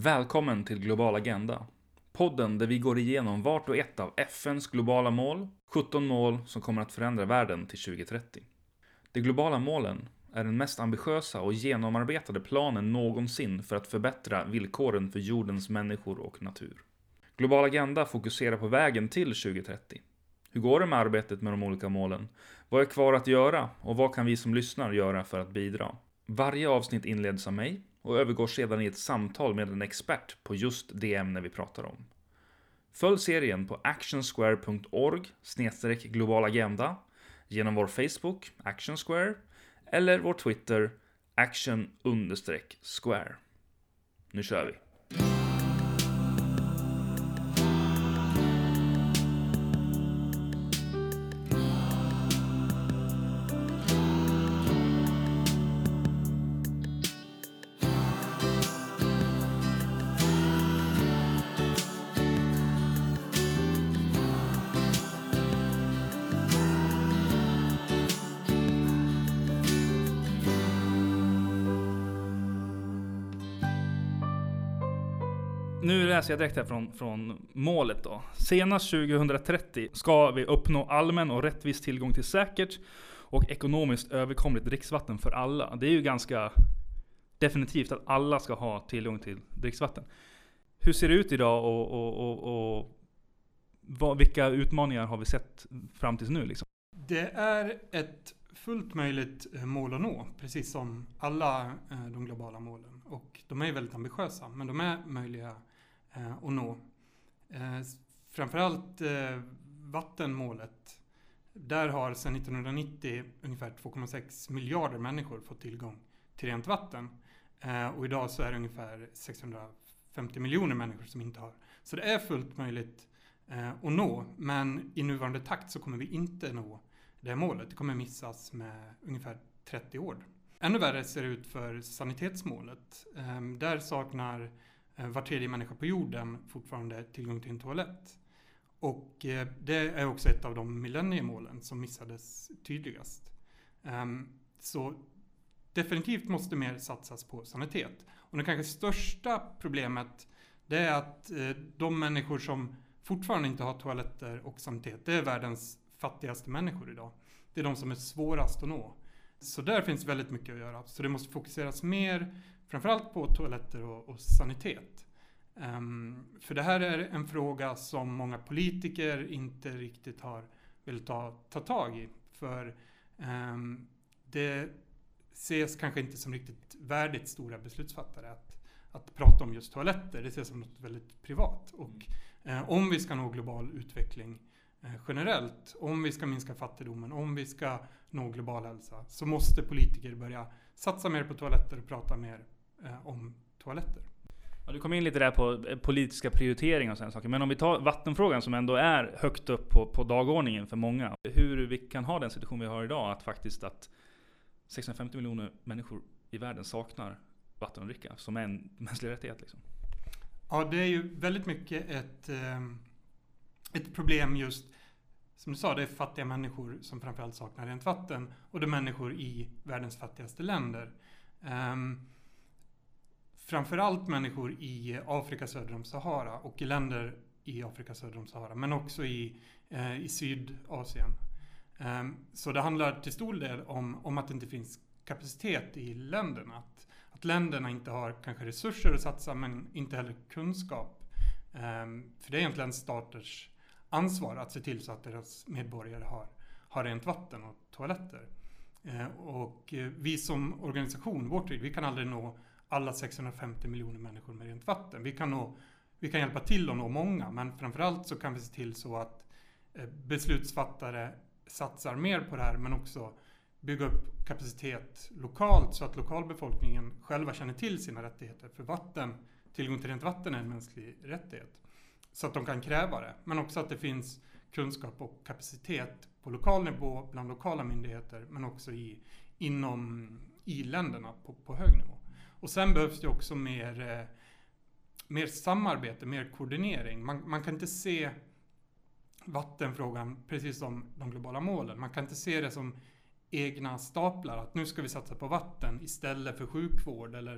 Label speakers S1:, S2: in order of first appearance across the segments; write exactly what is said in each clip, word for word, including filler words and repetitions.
S1: Välkommen till Global Agenda. Podden där vi går igenom vart och ett av F N:s globala mål, sjutton mål som kommer att förändra världen till tjugo trettio. De globala målen är den mest ambitiösa och genomarbetade planen någonsin för att förbättra villkoren för jordens människor och natur. Global Agenda fokuserar på vägen till tjugo trettio. Hur går det med arbetet med de olika målen? Vad är kvar att göra och vad kan vi som lyssnar göra för att bidra? Varje avsnitt inleds av mig och övergår sedan i ett samtal med en expert på just det ämne vi pratar om. Följ serien på actionsquare punkt org slash globalagenda, genom vår Facebook, Actionsquare, eller vår Twitter, action understreck square. Nu kör vi! Nu läser jag direkt här från, från målet då. Senast tjugo trettio ska vi uppnå allmän och rättvis tillgång till säkert och ekonomiskt överkomligt dricksvatten för alla. Det är ju ganska definitivt att alla ska ha tillgång till dricksvatten. Hur ser det ut idag och, och, och, och vad, vilka utmaningar har vi sett fram tills nu liksom?
S2: Det är ett fullt möjligt mål att nå, precis som alla eh, de globala målen. Och de är väldigt ambitiösa, men de är möjliga eh, att nå. Eh, framförallt eh, vattenmålet. Där har sedan nittonhundranittio ungefär två komma sex miljarder människor fått tillgång till rent vatten. Eh, och idag så är det ungefär sexhundrafemtio miljoner människor som inte har. Så det är fullt möjligt eh, att nå, men i nuvarande takt så kommer vi inte nå det målet. Det kommer missas med ungefär trettio år. Ännu värre ser det ut för sanitetsmålet. Ehm, där saknar eh, var tredje människa på jorden fortfarande tillgång till en toalett. Och eh, det är också ett av de millenniemålen som missades tydligast. Ehm, så definitivt måste mer satsas på sanitet. Och det kanske största problemet det är att eh, de människor som fortfarande inte har toaletter och sanitet, det är världens fattigaste människor idag. Det är de som är svårast att nå. Så där finns väldigt mycket att göra. Så det måste fokuseras mer, framförallt på toaletter och, och sanitet. Um, för det här är en fråga som många politiker inte riktigt har velat ta, ta tag i. För um, det ses kanske inte som riktigt värdigt stora beslutsfattare att, att prata om just toaletter. Det ses som något väldigt privat. Och uh, om vi ska nå global utveckling generellt, om vi ska minska fattigdomen, om vi ska nå global hälsa, så måste politiker börja satsa mer på toaletter och prata mer eh, om toaletter.
S1: Ja, du kom in lite där på politiska prioriteringar och sådana saker, men om vi tar vattenfrågan som ändå är högt upp på, på dagordningen för många, hur vi kan ha den situation vi har idag, att faktiskt att sexhundrafemtio miljoner människor i världen saknar vatten att dricka, som är en mänsklig rättighet liksom.
S2: Ja, det är ju väldigt mycket ett eh, ett problem just, som du sa, det är fattiga människor som framförallt saknar rent vatten, och det är människor i världens fattigaste länder. Um, framförallt människor i Afrika söder om Sahara och i länder i Afrika söder om Sahara, men också i, uh, i Sydasien. Um, så det handlar till stor del om, om att det inte finns kapacitet i länderna. Att, att länderna inte har kanske resurser att satsa, men inte heller kunskap. Um, för det är egentligen staters ansvar att se till så att deras medborgare har, har rent vatten och toaletter. Eh, och eh, vi som organisation, vårt vi kan aldrig nå alla sexhundrafemtio miljoner människor med rent vatten. Vi kan, nå, vi kan hjälpa till att nå många, men framförallt så kan vi se till så att eh, beslutsfattare satsar mer på det här, men också bygga upp kapacitet lokalt så att lokalbefolkningen själva känner till sina rättigheter. För vatten, tillgång till rent vatten är en mänsklig rättighet. Så att de kan kräva det. Men också att det finns kunskap och kapacitet på lokal nivå bland lokala myndigheter. Men också i, inom i-länderna på, på hög nivå. Och sen behövs det också mer, eh, mer samarbete, mer koordinering. Man, man kan inte se vattenfrågan precis som de globala målen. Man kan inte se det som egna staplar. Att nu ska vi satsa på vatten istället för sjukvård eller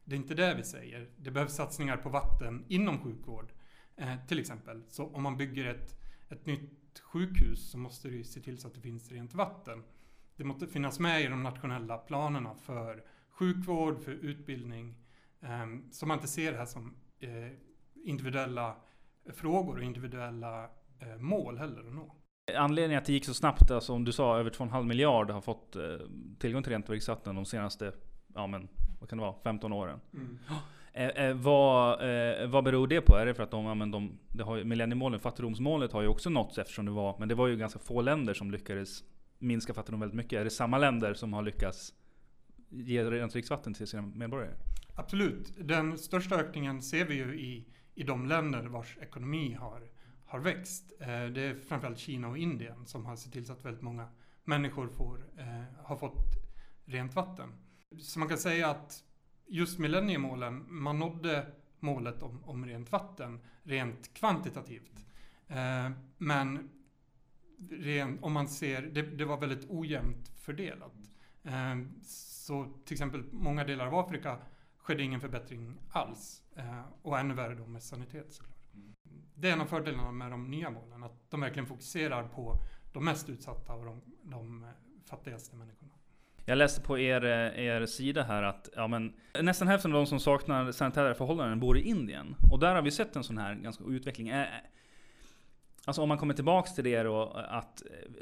S2: det är inte det vi säger. Det behövs satsningar på vatten inom sjukvård. Eh, till exempel. Så om man bygger ett, ett nytt sjukhus så måste det se till så att det finns rent vatten. Det måste finnas med i de nationella planerna för sjukvård, för utbildning. Eh, så man inte ser det här som eh, individuella frågor och individuella eh, mål heller att nå.
S1: Anledningen att det gick så snabbt, alltså om du sa över två komma fem miljarder har fått eh, tillgång till rent dricksvatten de senaste, ja men vad kan det vara, femton åren. Mm. Eh, eh, vad, eh, vad beror det på? Är det för att de, ja, men de, det har, millenniemålen, fattigdomsmålet har ju också nåtts eftersom det var, men det var ju ganska få länder som lyckades minska fattigdom väldigt mycket. Är det samma länder som har lyckats ge rent dricksvatten till sina medborgare?
S2: Absolut. Den största ökningen ser vi ju i, i de länder vars ekonomi har, har växt. Eh, det är framförallt Kina och Indien som har sett till så att väldigt många människor får, eh, har fått rent vatten. Så man kan säga att just millenniemålen, man nådde målet om, om rent vatten rent kvantitativt. Eh, men ren, om man ser, det, det var väldigt ojämnt fördelat. Eh, så till exempel många delar av Afrika skedde ingen förbättring alls. Eh, och ännu värre då med sanitet såklart. Det är en av fördelarna med de nya målen, att de verkligen fokuserar på de mest utsatta och de, de fattigaste människorna.
S1: Jag läste på er, er sida här att ja, men, nästan hälften av de som saknar sanitära förhållanden bor i Indien. Och där har vi sett en sån här ganska utveckling. Alltså om man kommer tillbaks till det då, att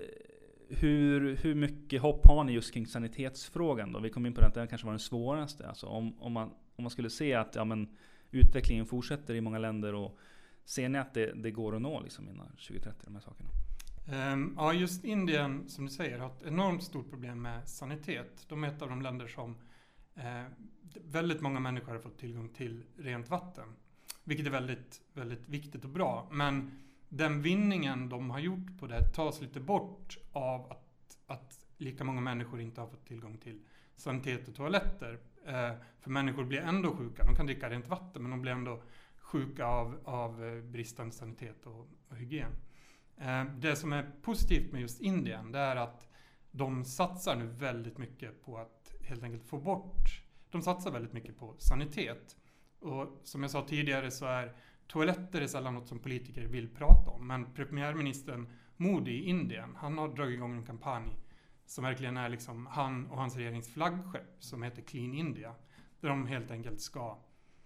S1: hur, hur mycket hopp har ni just kring sanitetsfrågan då? Vi kom in på det att det kanske var den svåraste. Alltså om, om, man, om man skulle se att ja, men, utvecklingen fortsätter i många länder, och ser ni att det, det går att nå liksom innan tjugo trettio, de här sakerna?
S2: Um, ja, just Indien, som du säger, har ett enormt stort problem med sanitet. De är ett av de länder som eh, väldigt många människor har fått tillgång till rent vatten. Vilket är väldigt, väldigt viktigt och bra. Men den vinningen de har gjort på det tas lite bort av att, att lika många människor inte har fått tillgång till sanitet och toaletter. Eh, för människor blir ändå sjuka. De kan dricka rent vatten, men de blir ändå sjuka av, av bristande sanitet och, och hygien. Det som är positivt med just Indien, det är att de satsar nu väldigt mycket på att helt enkelt få bort, de satsar väldigt mycket på sanitet. Och som jag sa tidigare så är toaletter är sällan något som politiker vill prata om. Men premiärministern Modi i Indien, han har dragit igång en kampanj som verkligen är liksom han och hans regerings flaggskepp, som heter Clean India. Där de helt enkelt ska,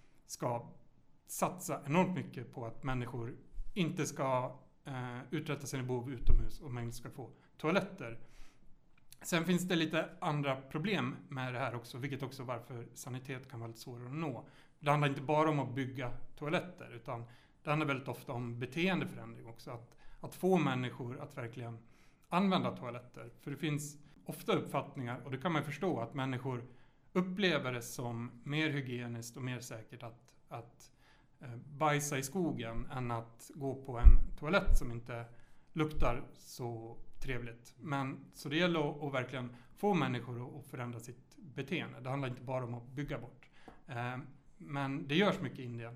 S2: ska satsa enormt mycket på att människor inte ska Uh, uträtta sina behov utomhus och man ska få toaletter. Sen finns det lite andra problem med det här också, vilket också varför sanitet kan vara lite svårare att nå. Det handlar inte bara om att bygga toaletter, utan det handlar väldigt ofta om beteendeförändring också. Att, att få människor att verkligen använda toaletter. För det finns ofta uppfattningar, och det kan man förstå, att människor upplever det som mer hygieniskt och mer säkert att, att bajsa i skogen än att gå på en toalett som inte luktar så trevligt. Men så det gäller att, att verkligen få människor att förändra sitt beteende. Det handlar inte bara om att bygga bort. Eh, men det görs mycket i Indien,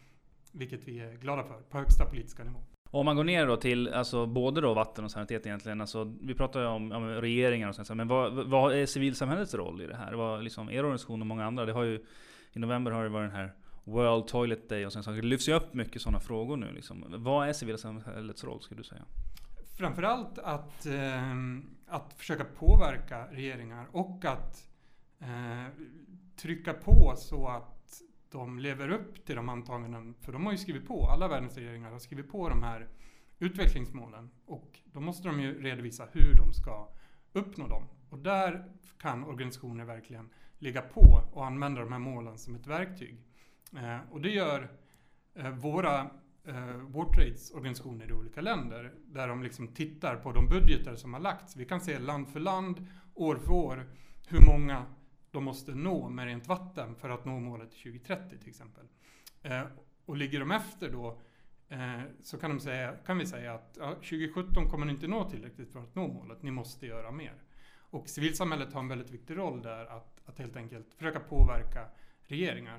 S2: vilket vi är glada för på högsta politiska nivå.
S1: Om man går ner då till alltså, både då vatten och sanitet egentligen, alltså, vi pratar ju om, om regeringar och sånt, men vad, vad är civilsamhällets roll i det här? Vad, liksom, er organisation och många andra, det har ju, i november har det varit den här World Toilet Day och sen så det lyfts ju upp mycket sådana frågor nu liksom. Vad är civilsamhällets roll, skulle du säga?
S2: Framförallt att, eh, att försöka påverka regeringar och att eh, trycka på så att de lever upp till de antaganden. För de har ju skrivit på, alla världens regeringar har skrivit på de här utvecklingsmålen. Och då måste de ju redovisa hur de ska uppnå dem. Och där kan organisationer verkligen ligga på och använda de här målen som ett verktyg. Eh, och det gör eh, våra eh, Wortrades organisationer i olika länder, där de liksom tittar på de budgetar som har lagts. Vi kan se land för land, år för år, hur många de måste nå med rent vatten för att nå målet tjugo trettio till exempel. Eh, och ligger de efter då, eh, så kan, de säga, kan vi säga att ja, tjugo sjutton kommer ni inte nå tillräckligt för att nå målet, ni måste göra mer. Och civilsamhället har en väldigt viktig roll där, att, att helt enkelt försöka påverka regeringar.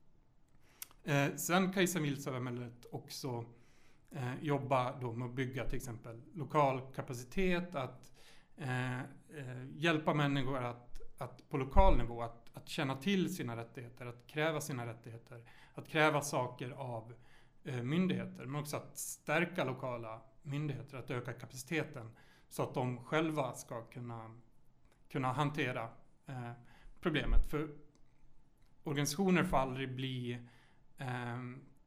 S2: Eh, sen kan ju civilsamhället också eh, jobba då med att bygga till exempel lokal kapacitet, att eh, eh, hjälpa människor att, att på lokal nivå att, att känna till sina rättigheter, att kräva sina rättigheter, att kräva saker av eh, myndigheter, men också att stärka lokala myndigheter, att öka kapaciteten så att de själva ska kunna, kunna hantera eh, problemet. För organisationer får aldrig bli eh,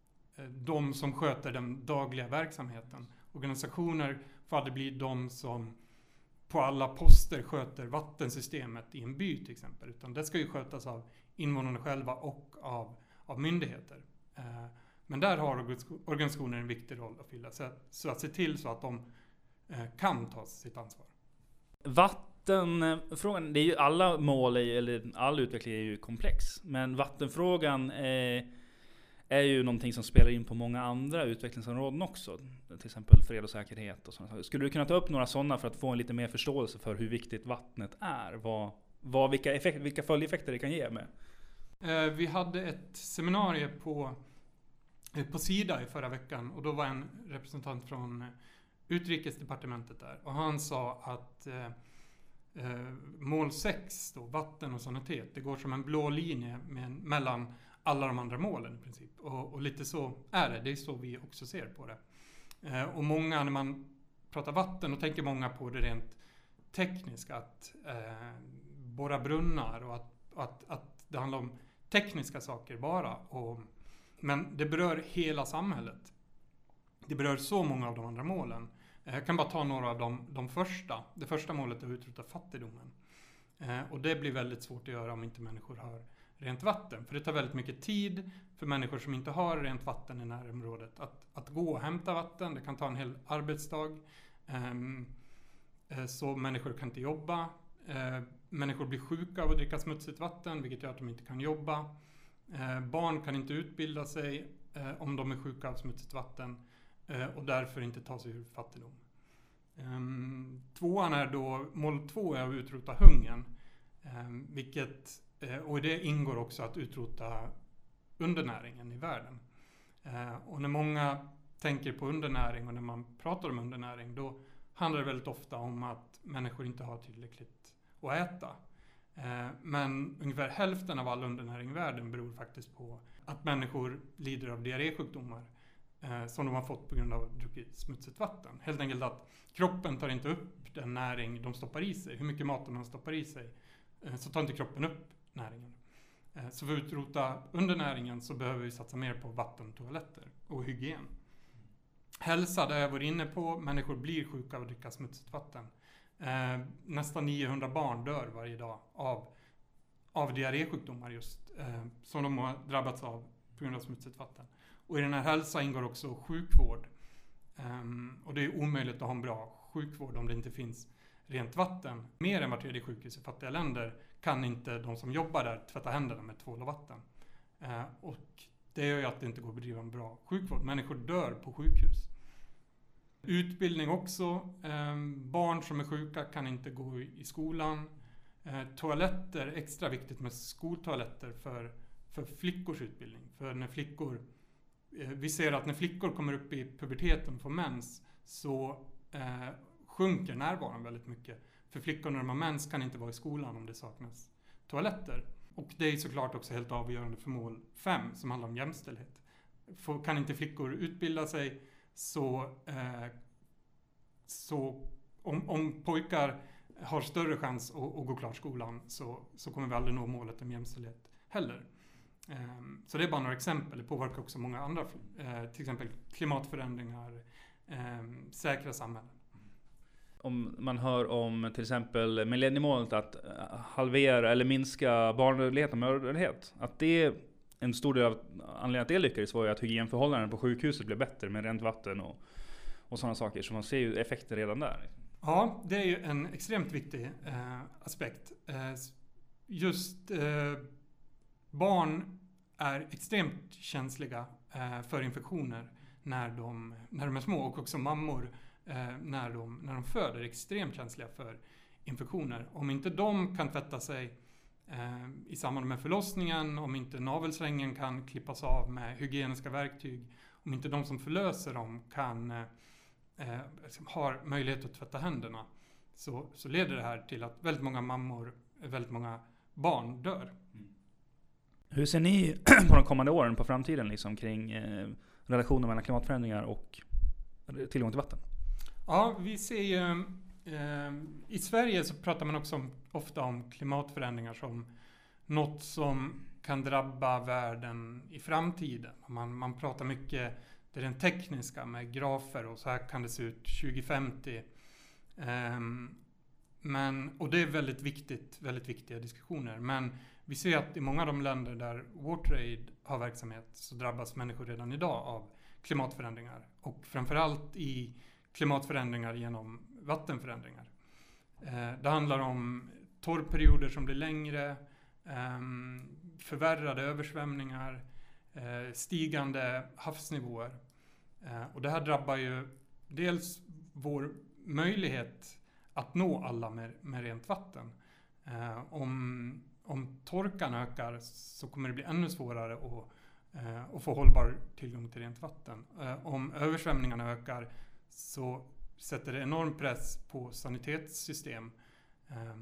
S2: de som sköter den dagliga verksamheten. Organisationer får aldrig bli de som på alla poster sköter vattensystemet i en by till exempel. Utan det ska ju skötas av invånarna själva och av, av myndigheter. Eh, men där har organisationer en viktig roll att fylla. Så, så att se till så att de eh, kan ta sitt ansvar.
S1: Vattenfrågan, det är ju alla mål, eller all utveckling är ju komplex. Men vattenfrågan är, är ju någonting som spelar in på många andra utvecklingsområden också. Till exempel fred och säkerhet och sånt. Skulle du kunna ta upp några sådana för att få en lite mer förståelse för hur viktigt vattnet är? Vad, vad, vilka, effekt, vilka följdeffekter det kan ge med?
S2: Eh, vi hade ett seminarium på, eh, på Sida i förra veckan. Och då var en representant från utrikesdepartementet där. Och han sa att eh, eh, mål sex, då, vatten och sanitet, det går som en blå linje med, mellan alla de andra målen i princip. Och, och lite så är det. Det är så vi också ser på det. Eh, och många, när man pratar vatten, då tänker många på det rent tekniska. Att eh, borra brunnar och att, att, att det handlar om tekniska saker bara. Och, men det berör hela samhället. Det berör så många av de andra målen. Eh, jag kan bara ta några av de, de första. Det första målet är att utrota fattigdomen. Eh, och det blir väldigt svårt att göra om inte människor har rent vatten. För det tar väldigt mycket tid för människor som inte har rent vatten i närområdet att, att gå och hämta vatten. Det kan ta en hel arbetsdag. Um, så människor kan inte jobba. Uh, människor blir sjuka av att dricka smutsigt vatten, vilket gör att de inte kan jobba. Uh, barn kan inte utbilda sig uh, om de är sjuka av smutsigt vatten uh, och därför inte ta sig ur fattigdom. Um, tvåan är då, mål två är att utrota hungern. Um, vilket Och i det ingår också att utrota undernäringen i världen. Eh, och när många tänker på undernäring och när man pratar om undernäring, då handlar det väldigt ofta om att människor inte har tillräckligt att äta. Eh, men ungefär hälften av all undernäring i världen beror faktiskt på att människor lider av diarrésjukdomar eh, som de har fått på grund av att druckit smutsigt vatten. Helt enkelt att kroppen tar inte upp den näring de stoppar i sig. Hur mycket mat de stoppar i sig eh, så tar inte kroppen upp näringen. Så för att utrota undernäringen så behöver vi satsa mer på vatten, toaletter och hygien. Hälsa, där jag var inne på, människor blir sjuka av att dricka smutsigt vatten. Eh, nästan niohundra barn dör varje dag av, av diarrésjukdomar just, eh, som de har drabbats av på grund av smutsigt vatten. Och i den här hälsa ingår också sjukvård. Eh, och det är omöjligt att ha en bra sjukvård om det inte finns rent vatten. Mer än var tredje sjukhus i fattiga länder kan inte de som jobbar där tvätta händerna med tvål och vatten. Eh, och det gör ju att det inte går att bedriva en bra sjukvård. Människor dör på sjukhus. Utbildning också. Eh, barn som är sjuka kan inte gå i, i skolan. Eh, toaletter, extra viktigt med skoltoaletter för, för flickors utbildning. För när flickor, eh, vi ser att när flickor kommer upp i puberteten och får mens så eh, sjunker närvaron väldigt mycket. För flickor när de har mens kan inte vara i skolan om det saknas toaletter. Och det är såklart också helt avgörande för mål fem som handlar om jämställdhet. För kan inte flickor utbilda sig så, eh, så om, om pojkar har större chans att, att gå klart skolan så, så kommer vi aldrig nå målet om jämställdhet heller. Eh, så det är bara några exempel. Det påverkar också många andra, eh, till exempel klimatförändringar, eh, säkra samhällen.
S1: Om man hör om till exempel millenniemålet att halvera eller minska barndödlighet och mödradödlighet, att det är en stor del av anledningen att det lyckades var ju att hygienförhållanden på sjukhuset blev bättre med rent vatten och, och sådana saker. Så man ser ju effekter redan där.
S2: Ja, det är ju en extremt viktig eh, aspekt. Eh, just eh, barn är extremt känsliga eh, för infektioner när de, när de är små, och också mammor eh, när, de, när de föder är extremt känsliga för infektioner. Om inte de kan tvätta sig eh, i samband med förlossningen, om inte navelsträngen kan klippas av med hygieniska verktyg, om inte de som förlöser dem kan eh, har möjlighet att tvätta händerna, så, så leder det här till att väldigt många mammor väldigt många barn dör.
S1: Hur ser ni på de kommande åren, på framtiden liksom, kring eh, relationen mellan klimatförändringar och tillgång till vatten?
S2: Ja, vi ser ju eh, i Sverige så pratar man också om, ofta om klimatförändringar som något som kan drabba världen i framtiden. Man, man pratar mycket, det är den tekniska med grafer och så här kan det se ut tjugo femtio. Eh, men, och det är väldigt viktigt, väldigt viktiga diskussioner. Men vi ser att i många av de länder där WaterAid har verksamhet så drabbas människor redan idag av klimatförändringar. Och framförallt i klimatförändringar genom vattenförändringar. Eh, det handlar om torrperioder som blir längre, eh, förvärrade översvämningar, eh, stigande havsnivåer. Eh, och det här drabbar ju dels vår möjlighet att nå alla med, med rent vatten. Eh, om, om torkan ökar så kommer det bli ännu svårare att, eh, att få hållbar tillgång till rent vatten. Eh, om översvämningarna ökar så sätter det enorm press på sanitetssystem. Eh,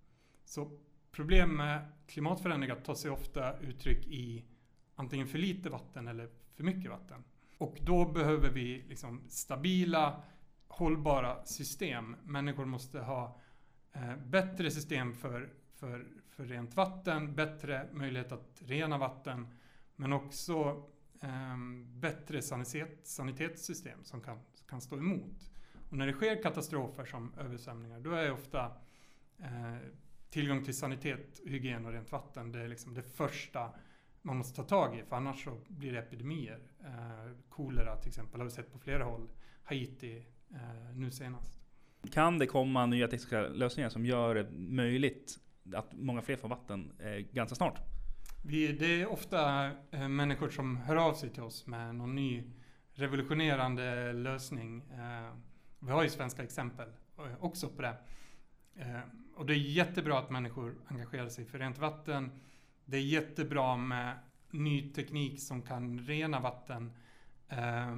S2: så problem med klimatförändringar tar sig ofta uttryck i antingen för lite vatten eller för mycket vatten. Och då behöver vi liksom stabila, hållbara system. Människor måste ha eh, bättre system för, för, för rent vatten, bättre möjlighet att rena vatten, men också eh, bättre sanitet, sanitetssystem som kan, kan stå emot. Och när det sker katastrofer som översvämningar, då är ofta eh, tillgång till sanitet, hygien och rent vatten, det är liksom det första man måste ta tag i, för annars så blir det epidemier. Eh, kolera till exempel har vi sett på flera håll. Haiti eh, nu senast.
S1: Kan det komma nya tekniska lösningar som gör det möjligt att många fler får vatten eh, ganska snart?
S2: Vi, det är ofta eh, människor som hör av sig till oss med någon ny revolutionerande lösning. Eh, vi har ju svenska exempel eh, också på det. Eh, och det är jättebra att människor engagerar sig för rent vatten. Det är jättebra med ny teknik som kan rena vatten. Eh,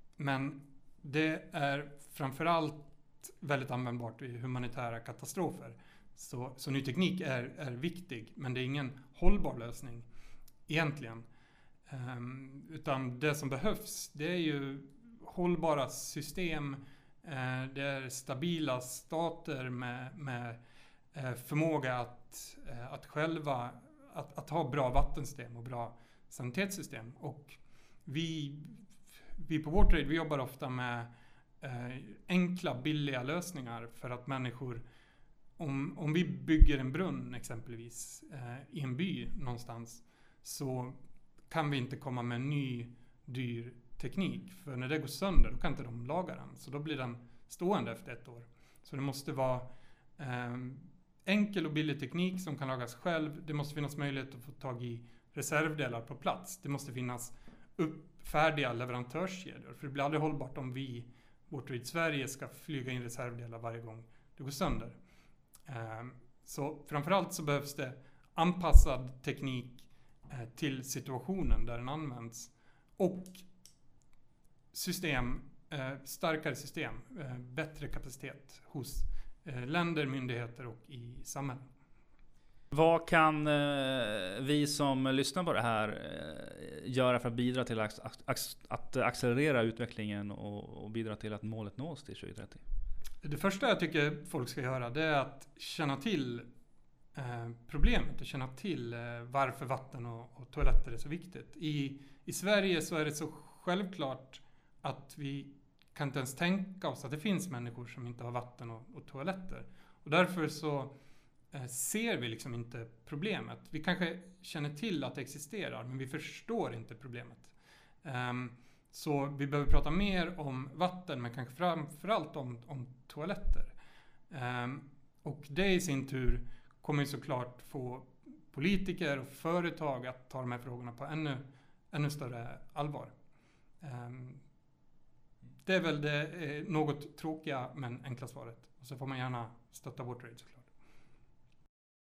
S2: men det är framförallt väldigt användbart vid humanitära katastrofer. Så, så ny teknik är, är viktig, men det är ingen hållbar lösning egentligen. Eh, utan det som behövs, det är ju hållbara system. Eh, det är stabila stater med, med eh, förmåga att, eh, att själva Att, att ha bra vattensystem och bra sanitetssystem. Och vi, vi på WaterAid, vi jobbar ofta med eh, enkla, billiga lösningar för att människor, om, om vi bygger en brunn exempelvis eh, i en by någonstans, så kan vi inte komma med ny, dyr teknik. För när det går sönder, då kan inte de laga den. Så då blir den stående efter ett år. Så det måste vara eh, enkel och billig teknik som kan lagas själv. Det måste finnas möjlighet att få tag i reservdelar på plats. Det måste finnas upp färdiga leverantörskedjor. För det blir aldrig hållbart om vi, WaterAid Sverige, ska flyga in reservdelar varje gång det går sönder. Så framförallt så behövs det anpassad teknik till situationen där den används. Och system, starkare system, bättre kapacitet hos länder, myndigheter och i samhället.
S1: Vad kan eh, vi som lyssnar på det här eh, göra för att bidra till att, att, att accelerera utvecklingen och, och bidra till att målet nås till tjugo trettio?
S2: Det första jag tycker folk ska göra, det är att känna till eh, problemet och känna till eh, varför vatten och, och toaletter är så viktigt. I, I Sverige så är det så självklart att vi kan inte ens tänka oss att det finns människor som inte har vatten och, och toaletter. Och därför så eh, ser vi liksom inte problemet. Vi kanske känner till att det existerar, men vi förstår inte problemet. Um, så vi behöver prata mer om vatten, men kanske framförallt om, om toaletter. Um, och det i sin tur kommer ju såklart få politiker och företag att ta de här frågorna på ännu, ännu större allvar. Um, Det är väl det eh, något tråkiga men enkla svaret. Och så får man gärna stötta WaterAid såklart.